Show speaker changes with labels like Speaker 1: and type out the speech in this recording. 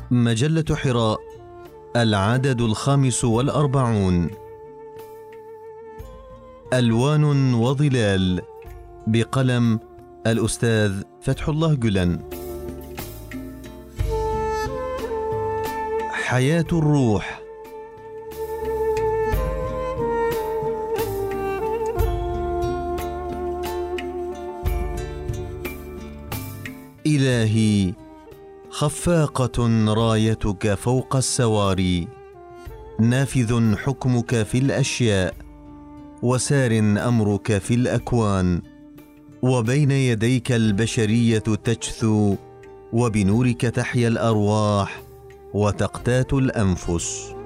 Speaker 1: مجلة حراء، العدد 45. ألوان وظلال، بقلم الأستاذ فتح الله جلن. حياة الروح. إلهي، خفاقة رايتك فوق السواري، نافذ حكمك في الأشياء، وسار أمرك في الأكوان، وبين يديك البشرية تجثو، وبنورك تحيا الأرواح وتقتات الأنفس.